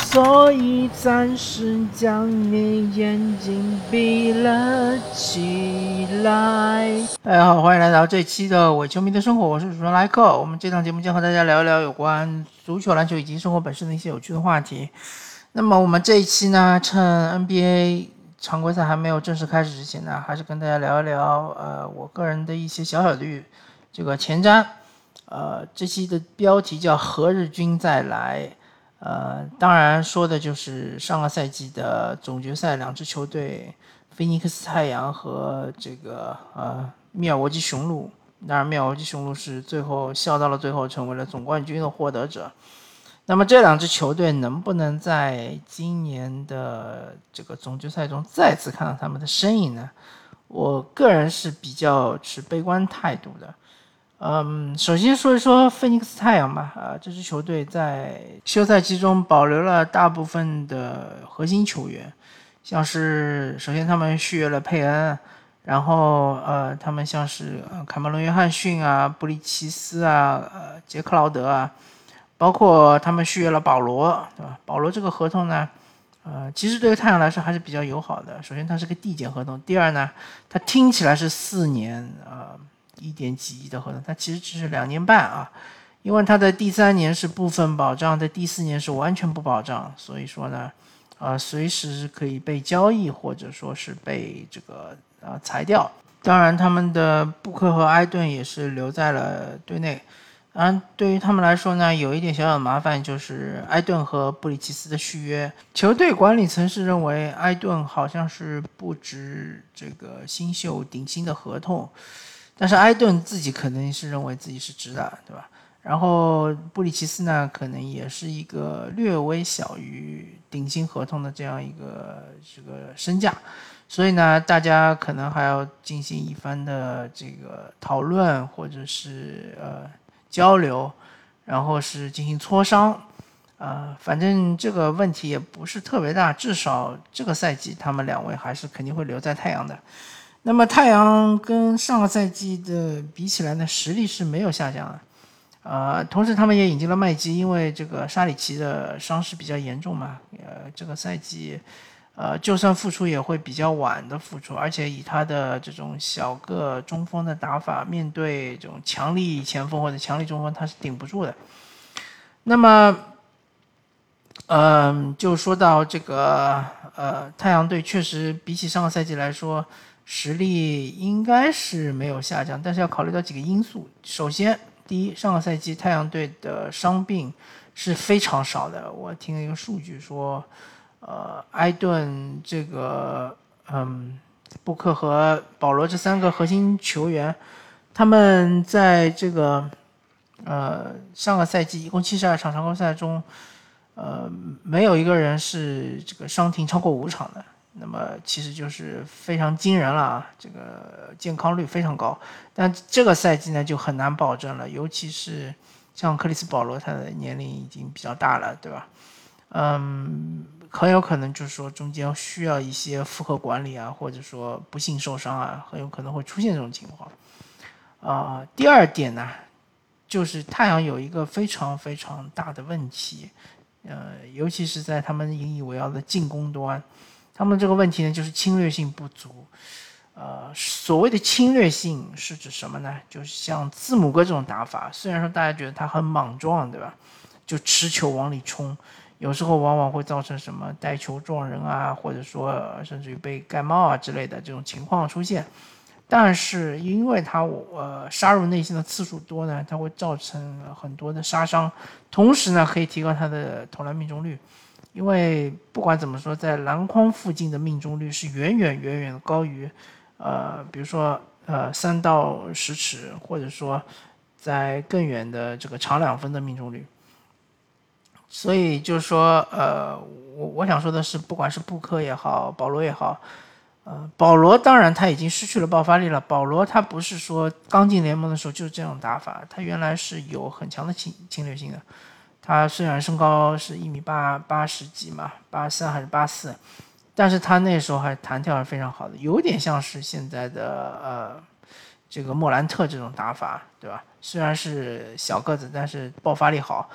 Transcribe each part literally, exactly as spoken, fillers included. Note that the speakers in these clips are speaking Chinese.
所以暂时将你眼睛闭了起来。大家好，欢迎来到这期的伪球迷的生活，我是主持人莱克。我们这档节目将和大家聊一聊有关足球、篮球以及生活本身的一些有趣的话题。那么我们这一期呢，趁 N B A 常规赛还没有正式开始之前呢，还是跟大家聊一聊呃我个人的一些小小的这个前瞻。呃，这期的标题叫何日君再来。呃，当然说的就是上个赛季的总决赛两支球队，菲尼克斯太阳和这个呃密尔沃基雄鹿。当然，密尔沃基雄鹿是最后笑到了最后，成为了总冠军的获得者。那么这两支球队能不能在今年的这个总决赛中再次看到他们的身影呢？我个人是比较持悲观态度的。嗯，首先说一说菲尼克斯太阳吧。啊、呃，这支球队在休赛期中保留了大部分的核心球员，像是首先他们续约了佩恩，然后呃，他们像是、呃、凯门伦·约翰逊啊、布里奇斯啊、呃、杰克劳德啊，包括他们续约了保罗，对吧？保罗这个合同呢，呃，其实对于太阳来说还是比较友好的。首先，它是个递减合同；第二呢，它听起来是四年，呃。一点几亿的合同，它其实只是两年半啊，因为它的第三年是部分保障，在第四年是完全不保障，所以说呢，呃，随时可以被交易或者说是被这个呃裁掉。当然，他们的布克和埃顿也是留在了队内。当然，对于他们来说呢，有一点小小的麻烦，就是埃顿和布里奇斯的续约。球队管理层是认为埃顿好像是不值这个新秀顶薪的合同。但是埃顿自己可能是认为自己是值的，对吧？然后布里奇斯呢，可能也是一个略微小于顶薪合同的这样一个这个身价，所以呢，大家可能还要进行一番的这个讨论，或者是呃交流，然后是进行磋商。呃，反正这个问题也不是特别大，至少这个赛季他们两位还是肯定会留在太阳的。那么太阳跟上个赛季的比起来呢，实力是没有下降的。呃，同时他们也引进了麦基，因为这个沙里奇的伤势比较严重嘛，呃，这个赛季，呃，就算复出也会比较晚的复出，而且以他的这种小个中锋的打法，面对这种强力前锋或者强力中锋，他是顶不住的。那么，嗯、呃，就说到这个，呃，太阳队确实比起上个赛季来说，实力应该是没有下降，但是要考虑到几个因素。首先，第一，上个赛季太阳队的伤病是非常少的。我听了一个数据说，呃，埃顿这个，嗯，布克和保罗这三个核心球员，他们在这个，呃，上个赛季一共七十二场常规赛中，呃，没有一个人是这个伤停超过五场的。那么其实就是非常惊人了啊，这个健康率非常高。但这个赛季呢就很难保证了，尤其是像克里斯保罗，他的年龄已经比较大了，对吧？嗯，很有可能就是说中间需要一些负荷管理啊，或者说不幸受伤啊，很有可能会出现这种情况。啊、呃，第二点呢，就是太阳有一个非常非常大的问题，呃，尤其是在他们引以为傲的进攻端。他们这个问题呢，就是侵略性不足。呃，所谓的侵略性是指什么呢？就是像字母哥这种打法，虽然说大家觉得他很莽撞，对吧？就持球往里冲，有时候往往会造成什么带球撞人啊，或者说甚至于被盖帽啊之类的这种情况出现。但是因为他呃杀入内线的次数多呢，它会造成很多的杀伤，同时呢可以提高他的投篮命中率。因为不管怎么说，在篮筐附近的命中率是远远远远高于，呃，比如说呃三到十尺，或者说在更远的这个长两分的命中率。所以就是说，呃，我我想说的是，不管是布克也好，保罗也好，呃，保罗当然他已经失去了爆发力了。保罗他不是说刚进联盟的时候就是这样打法，他原来是有很强的侵侵略性的。他虽然身高是一米八八十几嘛，八三还是八四，但是他那时候还弹跳是非常好的，有点像是现在的呃这个莫兰特这种打法，对吧？虽然是小个子，但是爆发力好，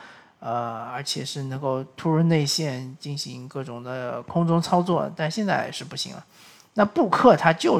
呃，而且是能够突入内线进行各种的空中操作，但现在是不行了。那布克他就是，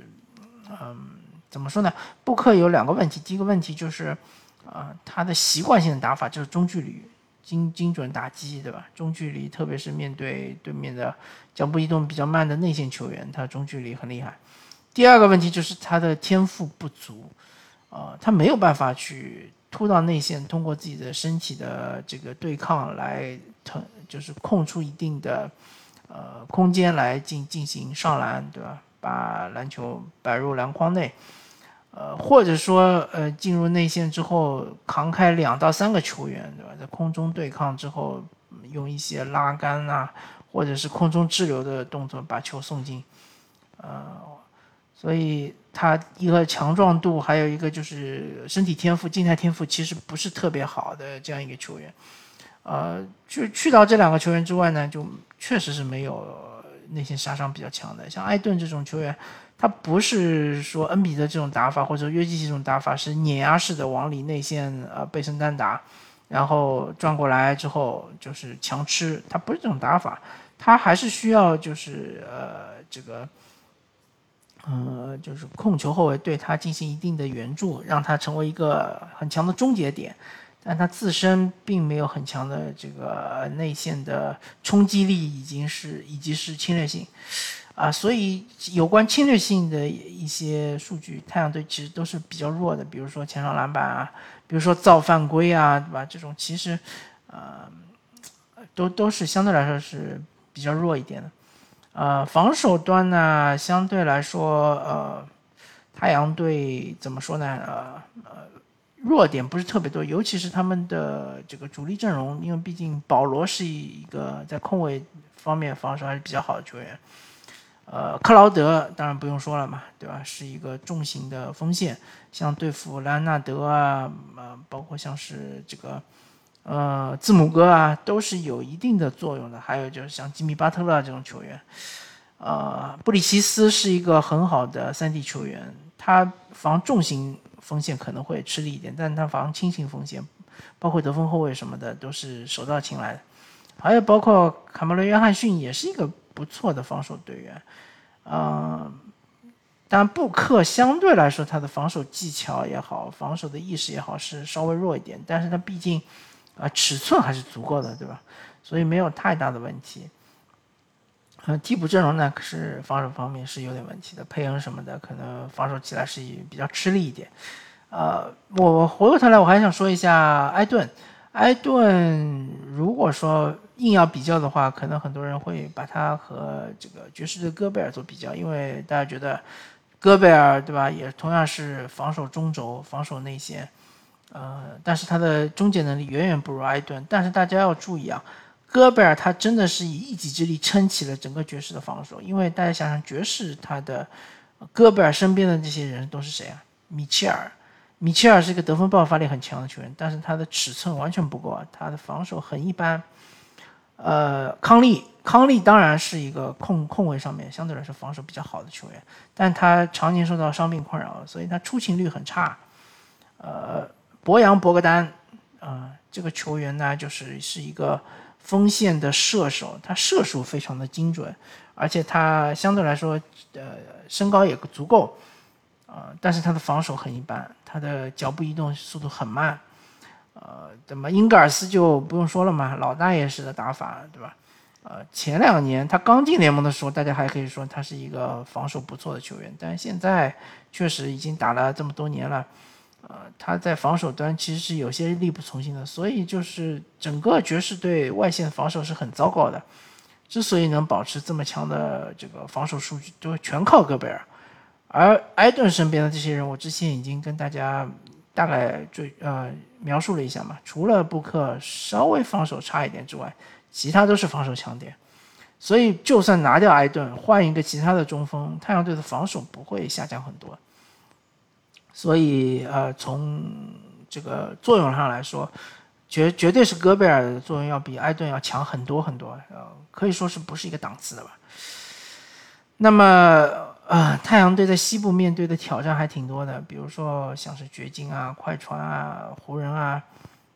嗯，怎么说呢？布克有两个问题，第一个问题就是，呃，他的习惯性的打法就是中距离精精准打击，对吧？中距离，特别是面对对面的脚步移动比较慢的内线球员，他中距离很厉害。第二个问题就是他的天赋不足，呃，他没有办法去突到内线，通过自己的身体的这个对抗来，就是空出一定的呃空间来进进行上篮，对吧？把篮球摆入篮筐内，呃，或者说呃进入内线之后扛开两到三个球员，对吧？在空中对抗之后，用一些拉杆啊，或者是空中滞留的动作把球送进，呃。所以他一个强壮度，还有一个就是身体天赋、静态天赋，其实不是特别好的这样一个球员。呃，去去到这两个球员之外呢，就确实是没有内线杀伤比较强的。像艾顿这种球员，他不是说恩比德这种打法或者约基奇这种打法是碾压式的往里内线呃背身单打，然后转过来之后就是强吃，他不是这种打法，他还是需要就是呃这个。呃，就是控球后卫对他进行一定的援助，让他成为一个很强的终结点，但他自身并没有很强的这个内线的冲击力，已经是以及是侵略性，啊，所以有关侵略性的一些数据，太阳队其实都是比较弱的，比如说前场篮板啊，比如说造犯规啊，对吧？这种其实，呃，都都是相对来说是比较弱一点的。呃，防守端呢，相对来说，呃，太阳队怎么说呢？呃呃，弱点不是特别多，尤其是他们的这个主力阵容，因为毕竟保罗是一个在控卫方面防守还是比较好的球员。呃，克劳德当然不用说了嘛，对吧？是一个重型的锋线，像对付莱昂纳德啊，呃，包括像是这个。呃，字母哥啊，都是有一定的作用的。还有就是像吉米巴特勒这种球员，呃，布里奇斯是一个很好的三 D 球员，他防重型锋线可能会吃力一点，但他防轻型锋线，包括得分后卫什么的都是手到擒来的。还有包括卡梅伦·约翰逊也是一个不错的防守队员，呃，但布克相对来说他的防守技巧也好，防守的意识也好是稍微弱一点，但是他毕竟。啊，尺寸还是足够的，对吧？所以没有太大的问题。呃，替补阵容呢，可是防守方面是有点问题的，佩恩什么的，可能防守起来是比较吃力一点。呃，我回过头来，我还想说一下埃顿。埃顿如果说硬要比较的话，可能很多人会把他和这个爵士的戈贝尔做比较，因为大家觉得戈贝尔对吧，也同样是防守中轴、防守内线。呃，但是他的终结能力远远不如埃顿。但是大家要注意啊，戈贝尔他真的是以一己之力撑起了整个爵士的防守。因为大家想想，爵士他的戈贝尔身边的这些人都是谁啊？米切尔，米切尔是一个得分爆发力很强的球员，但是他的尺寸完全不够啊，他的防守很一般。呃，康利，康利当然是一个控控卫上面相对来说防守比较好的球员，但他常年受到伤病困扰，所以他出勤率很差。呃。博扬·博格丹，啊、呃，这个球员呢，就是是一个锋线的射手，他射术非常的精准，而且他相对来说，呃，身高也足够，啊、呃，但是他的防守很一般，他的脚步移动速度很慢，呃，怎么英格尔斯就不用说了嘛，老大爷式的打法，对吧？呃，前两年他刚进联盟的时候，大家还可以说他是一个防守不错的球员，但是现在确实已经打了这么多年了。呃，他在防守端其实是有些力不从心的，所以就是整个爵士队外线防守是很糟糕的。之所以能保持这么强的这个防守数据，都全靠戈贝尔。而埃顿身边的这些人，我之前已经跟大家大概追呃描述了一下嘛，除了布克稍微防守差一点之外，其他都是防守强点。所以就算拿掉埃顿，换一个其他的中锋，太阳队的防守不会下降很多。所以，呃，从这个作用上来说，绝绝对是戈贝尔的作用要比埃顿要强很多很多，呃，可以说是不是一个档次的吧。那么，呃，太阳队在西部面对的挑战还挺多的，比如说像是掘金啊、快船啊、湖人啊，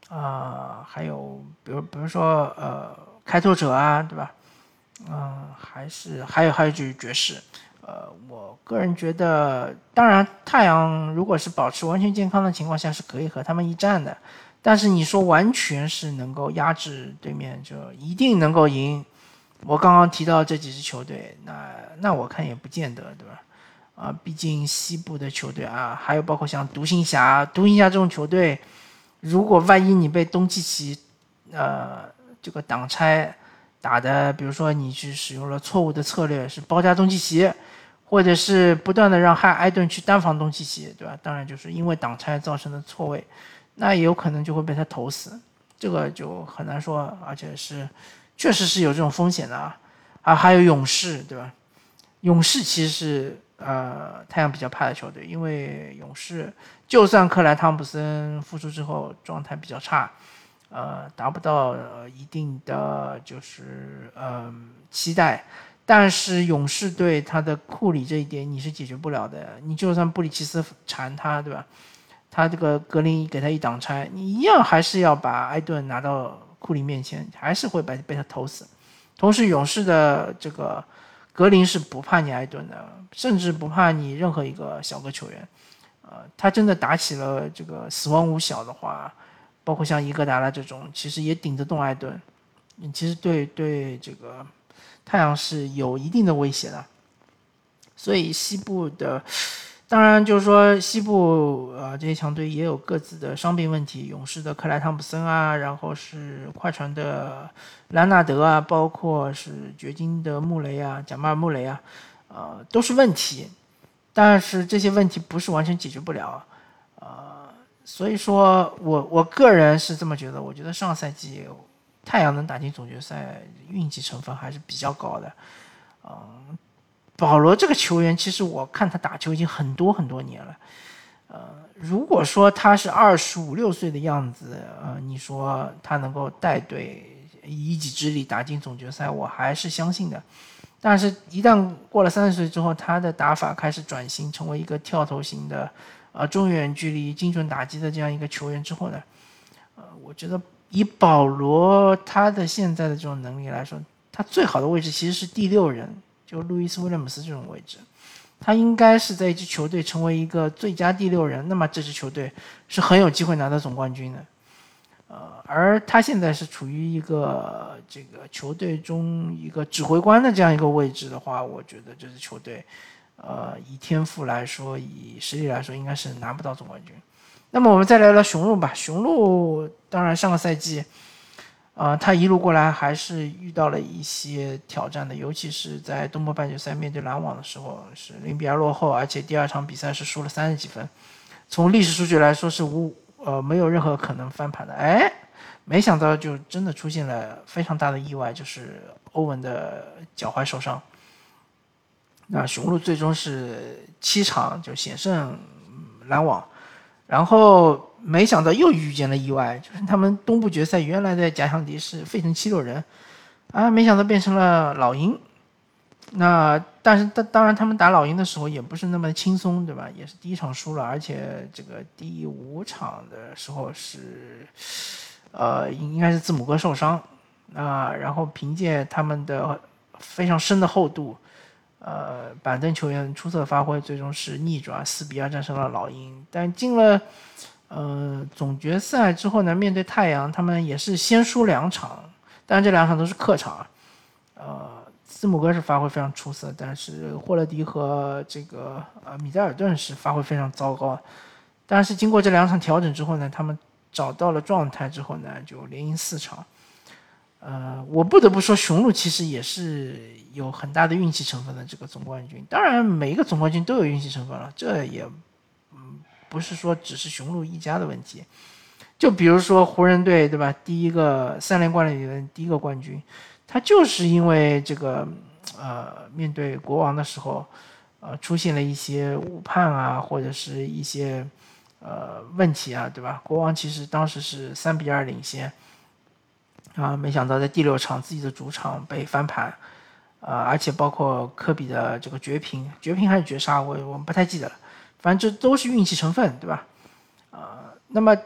啊、呃，还有比如比如说呃开拓者啊，对吧？嗯、呃，还是还有还有就是爵士。呃，我个人觉得，当然太阳如果是保持完全健康的情况下，是可以和他们一战的。但是你说完全是能够压制对面，就一定能够赢？我刚刚提到这几支球队，那那我看也不见得，对吧？啊，毕竟西部的球队啊，还有包括像独行侠、独行侠这种球队，如果万一你被东契奇，呃，这个挡拆打的，比如说你去使用了错误的策略，是包夹东契奇，或者是不断的让汉埃顿去单防东契奇，对吧？当然就是因为挡拆造成的错位，那也有可能就会被他投死，这个就很难说，而且是确实是有这种风险的啊。啊，还有勇士，对吧？勇士其实是呃太阳比较怕的球队，因为勇士就算克莱汤普森复出之后状态比较差，呃达不到、呃、一定的就是呃期待，但是勇士队他的库里这一点你是解决不了的，你就算布里奇斯缠他，对吧？他这个格林给他一挡拆，你一样还是要把埃顿拿到库里面前，还是会被被他投死。同时，勇士的这个格林是不怕你埃顿的，甚至不怕你任何一个小个球员。呃，他真的打起了这个死亡五小的话，包括像伊戈达拉这种，其实也顶得动埃顿。其实对对这个太阳是有一定的威胁的。所以西部的，当然就是说西部呃这些强队也有各自的伤病问题，勇士的克莱汤普森啊，然后是快船的兰纳德啊，包括是掘金的穆雷啊、贾马尔穆雷啊，呃都是问题，但是这些问题不是完全解决不了，呃，所以说我我个人是这么觉得，我觉得上赛季太阳能打进总决赛，运气成分还是比较高的，嗯、呃。保罗这个球员，其实我看他打球已经很多很多年了。呃，如果说他是二十五六岁的样子，呃，你说他能够带队以一己之力打进总决赛，我还是相信的。但是，一旦过了三十岁之后，他的打法开始转型，成为一个跳投型的，呃，中远距离精准打击的这样一个球员之后呢，呃，我觉得以保罗他的现在的这种能力来说，他最好的位置其实是第六人。就路易斯威廉姆斯这种位置，他应该是在一支球队成为一个最佳第六人，那么这支球队是很有机会拿到总冠军的。呃，而他现在是处于一个这个球队中一个指挥官的这样一个位置的话，我觉得这支球队，呃，以天赋来说，以实力来说，应该是拿不到总冠军。那么我们再聊聊雄鹿吧。雄鹿当然上个赛季。呃，他一路过来还是遇到了一些挑战的，尤其是在东部半决赛面对篮网的时候是零比二落后，而且第二场比赛是输了三十几分，从历史数据来说是无呃没有任何可能翻盘的。哎，没想到就真的出现了非常大的意外，就是欧文的脚踝受伤。那雄鹿最终是七场就险胜篮网，然后。没想到又遇见了意外，就是他们东部决赛原来的假想敌是费城七六人，啊，没想到变成了老鹰。那但是当当然他们打老鹰的时候也不是那么轻松，对吧？也是第一场输了，而且这个第五场的时候是，呃，应该是字母哥受伤啊，然后凭借他们的非常深的厚度。呃，板凳球员出色发挥，最终是逆转四比二战胜了老鹰，但进了。呃，总决赛之后呢，面对太阳，他们也是先输两场，当然这两场都是客场。呃，字母哥是发挥非常出色，但是霍勒迪和这个呃米德尔顿是发挥非常糟糕。但是经过这两场调整之后呢，他们找到了状态之后呢，就连赢四场。呃，我不得不说，雄鹿其实也是有很大的运气成分的这个总冠军。当然，每一个总冠军都有运气成分了，这也。不是说只是雄鹿一家的问题，就比如说湖人队，对吧？第一个三连冠里的第一个冠军，他就是因为这个呃面对国王的时候，呃出现了一些误判啊，或者是一些呃问题啊，对吧？国王其实当时是三比二领先，啊，没想到在第六场自己的主场被翻盘，啊，而且包括科比的这个绝平，绝平还是绝杀，我我不太记得了。反正这都是运气成分，对吧？呃，那么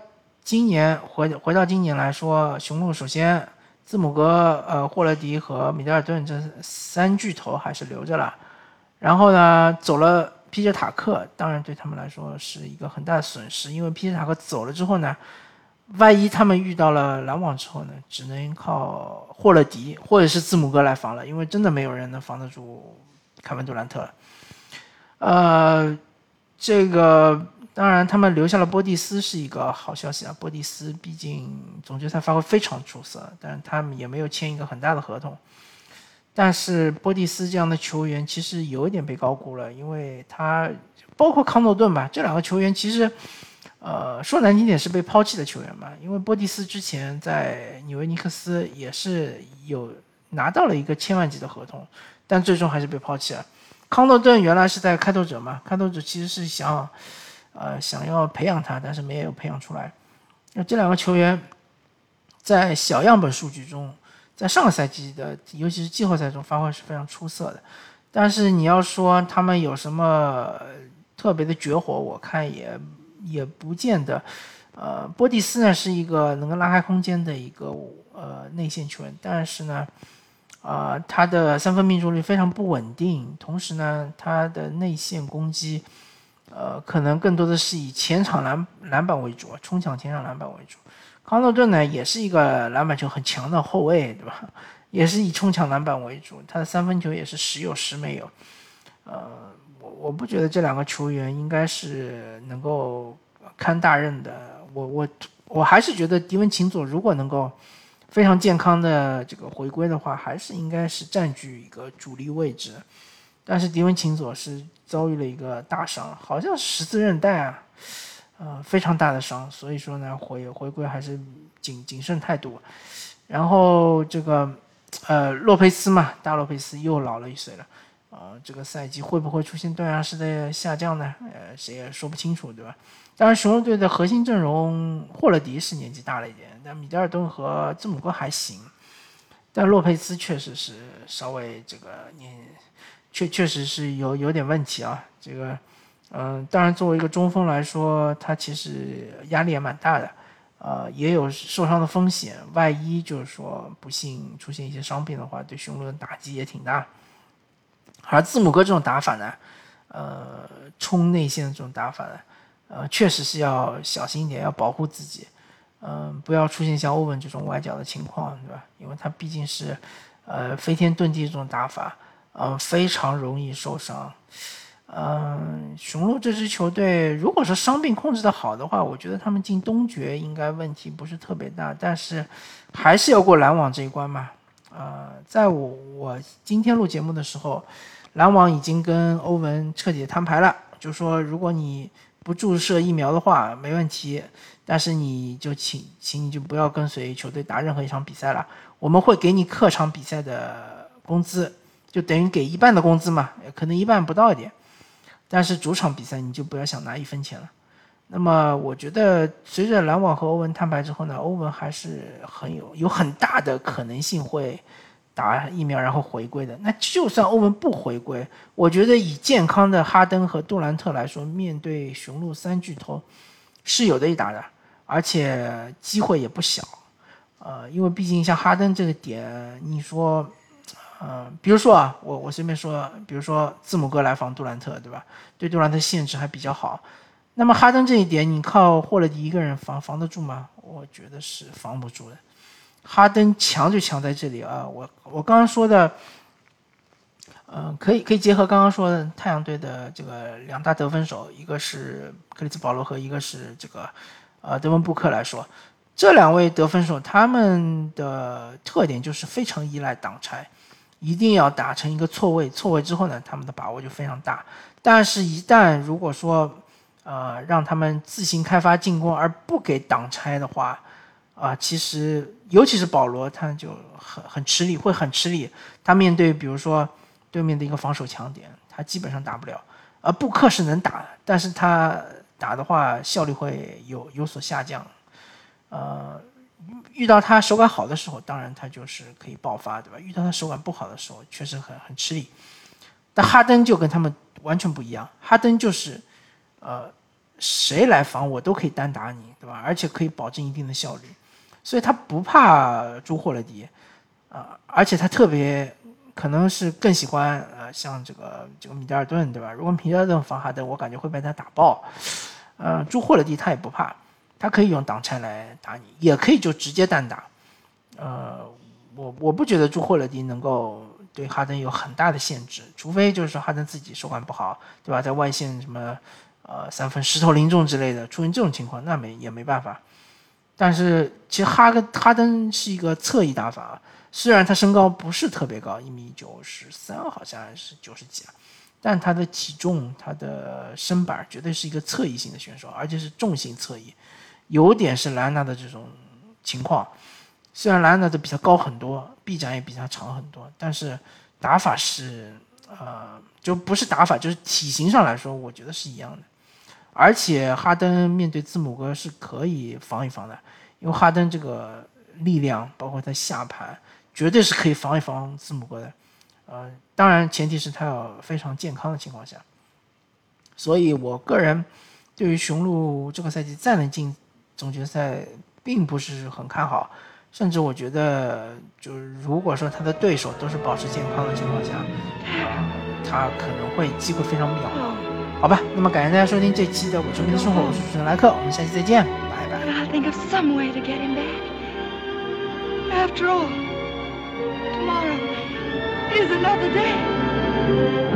今年回回到今年来说，雄鹿首先字母哥、呃霍勒迪和米德尔顿这三巨头还是留着了，然后呢走了皮杰塔克，当然对他们来说是一个很大的损失，因为皮杰塔克走了之后呢，万一他们遇到了篮网之后呢，只能靠霍勒迪或者是字母哥来防了，因为真的没有人能防得住凯文杜兰特了。呃，这个当然他们留下了波蒂斯是一个好消息啊，波蒂斯毕竟总决赛发挥非常出色，但是他们也没有签一个很大的合同。但是波蒂斯这样的球员其实有一点被高估了，因为他包括康诺顿吧，这两个球员其实呃说难听点是被抛弃的球员嘛，因为波蒂斯之前在纽约尼克斯也是有拿到了一个千万级的合同，但最终还是被抛弃了。康诺顿原来是在开拓者嘛，开拓者其实是想呃想要培养他，但是没有培养出来。那这两个球员在小样本数据中，在上个赛季的尤其是季后赛中发挥是非常出色的，但是你要说他们有什么特别的绝活，我看也也不见得。呃，波蒂斯呢是一个能够拉开空间的一个呃内线球员，但是呢，啊、呃，他的三分命中率非常不稳定，同时呢，他的内线攻击，呃，可能更多的是以前场篮篮板为主，冲抢前场篮板为主。康诺顿呢，也是一个篮板球很强的后卫，对吧？也是以冲抢篮板为主，他的三分球也是时有时没有。呃，我我不觉得这两个球员应该是能够堪大任的。我我我还是觉得迪文琴佐如果能够非常健康的这个回归的话，还是应该是占据一个主力位置。但是迪文琴佐是遭遇了一个大伤，好像是十字韧带啊。呃，非常大的伤，所以说呢，回回归还是谨谨慎态度。然后这个呃，洛佩斯嘛，大洛佩斯又老了一岁了，呃，这个赛季会不会出现断崖式的下降呢？呃，谁也说不清楚，对吧？当然，雄鹿队的核心阵容，霍勒迪是年纪大了一点，但米德尔顿和字母哥还行，但洛佩斯确实是稍微这个年，确确实是有有点问题啊，这个。嗯、呃，当然，作为一个中锋来说，他其实压力也蛮大的，呃，也有受伤的风险。万一就是说不幸出现一些伤病的话，对雄鹿的打击也挺大。而字母哥这种打法呢，呃，冲内线的这种打法呢，呃，确实是要小心一点，要保护自己，嗯、呃，不要出现像欧文这种崴脚的情况，对吧？因为他毕竟是，呃，飞天遁地这种打法，嗯、呃，非常容易受伤。嗯，雄鹿这支球队，如果说伤病控制的好的话，我觉得他们进东决应该问题不是特别大，但是还是要过篮网这一关嘛。呃，在我我今天录节目的时候，篮网已经跟欧文彻底摊牌了，就说如果你不注射疫苗的话没问题，但是你就请请你就不要跟随球队打任何一场比赛了，我们会给你客场比赛的工资，就等于给一半的工资嘛，可能一半不到一点。但是主场比赛你就不要想拿一分钱了。那么我觉得随着篮网和欧文摊牌之后呢，欧文还是很有有很大的可能性会打疫苗然后回归的。那就算欧文不回归，我觉得以健康的哈登和杜兰特来说，面对雄鹿三巨头是有的一打的，而且机会也不小。呃，因为毕竟像哈登这个点，你说呃，比如说啊，我我随便说，比如说字母哥来防杜兰特，对吧？对杜兰特限制还比较好。那么哈登这一点，你靠霍勒迪一个人防防得住吗？我觉得是防不住的。哈登强就强在这里啊！我我刚刚说的，呃，可以可以结合刚刚说的太阳队的这个两大得分手，一个是克里斯保罗和一个是这个呃德文布克来说，这两位得分手他们的特点就是非常依赖挡拆。一定要打成一个错位，错位之后呢，他们的把握就非常大。但是，一旦如果说，呃，让他们自行开发进攻而不给挡拆的话，啊、呃，其实尤其是保罗，他就很很吃力，会很吃力。他面对比如说对面的一个防守强点，他基本上打不了。而布克是能打，但是他打的话效率会有有所下降。呃。遇到他手感好的时候，当然他就是可以爆发，对吧？遇到他手感不好的时候，确实很很吃力。但哈登就跟他们完全不一样，哈登就是，呃， 谁来防我都可以单打你，对吧？而且可以保证一定的效率，所以他不怕朱霍勒迪，啊、呃，而且他特别可能是更喜欢呃像这个这个米德尔顿，对吧？如果米德尔顿防哈登，我感觉会被他打爆。呃，朱霍勒迪他也不怕，他可以用挡拆来打你，也可以就直接单打。呃，我我不觉得朱霍勒迪能够对哈登有很大的限制，除非就是说哈登自己手感不好，对吧？在外线什么呃三分石头零中之类的，出现这种情况，那没也没办法。但是其实哈根哈登是一个侧翼打法，虽然他身高不是特别高，一米九十三，好像是九十几啊。但他的体重、他的身板绝对是一个侧翼型的选手，而且是重型侧翼，有点是莱昂纳的这种情况。虽然莱昂纳的比他高很多，臂展也比他长很多，但是打法是呃，就不是打法，就是体型上来说，我觉得是一样的。而且哈登面对字母哥是可以防一防的，因为哈登这个力量，包括他下盘，绝对是可以防一防字母哥的。呃，当然前提是他要非常健康的情况下，所以我个人对于雄鹿这个赛季再能进总决赛并不是很看好，甚至我觉得就是如果说他的对手都是保持健康的情况下，呃，他可能会机会非常渺茫。好吧，那么感谢大家收听这期的《我球迷的生活》，我是主持人莱克，我们下期再见，拜拜。 I'll think of some way to get him back. After all, tomorrow is another day.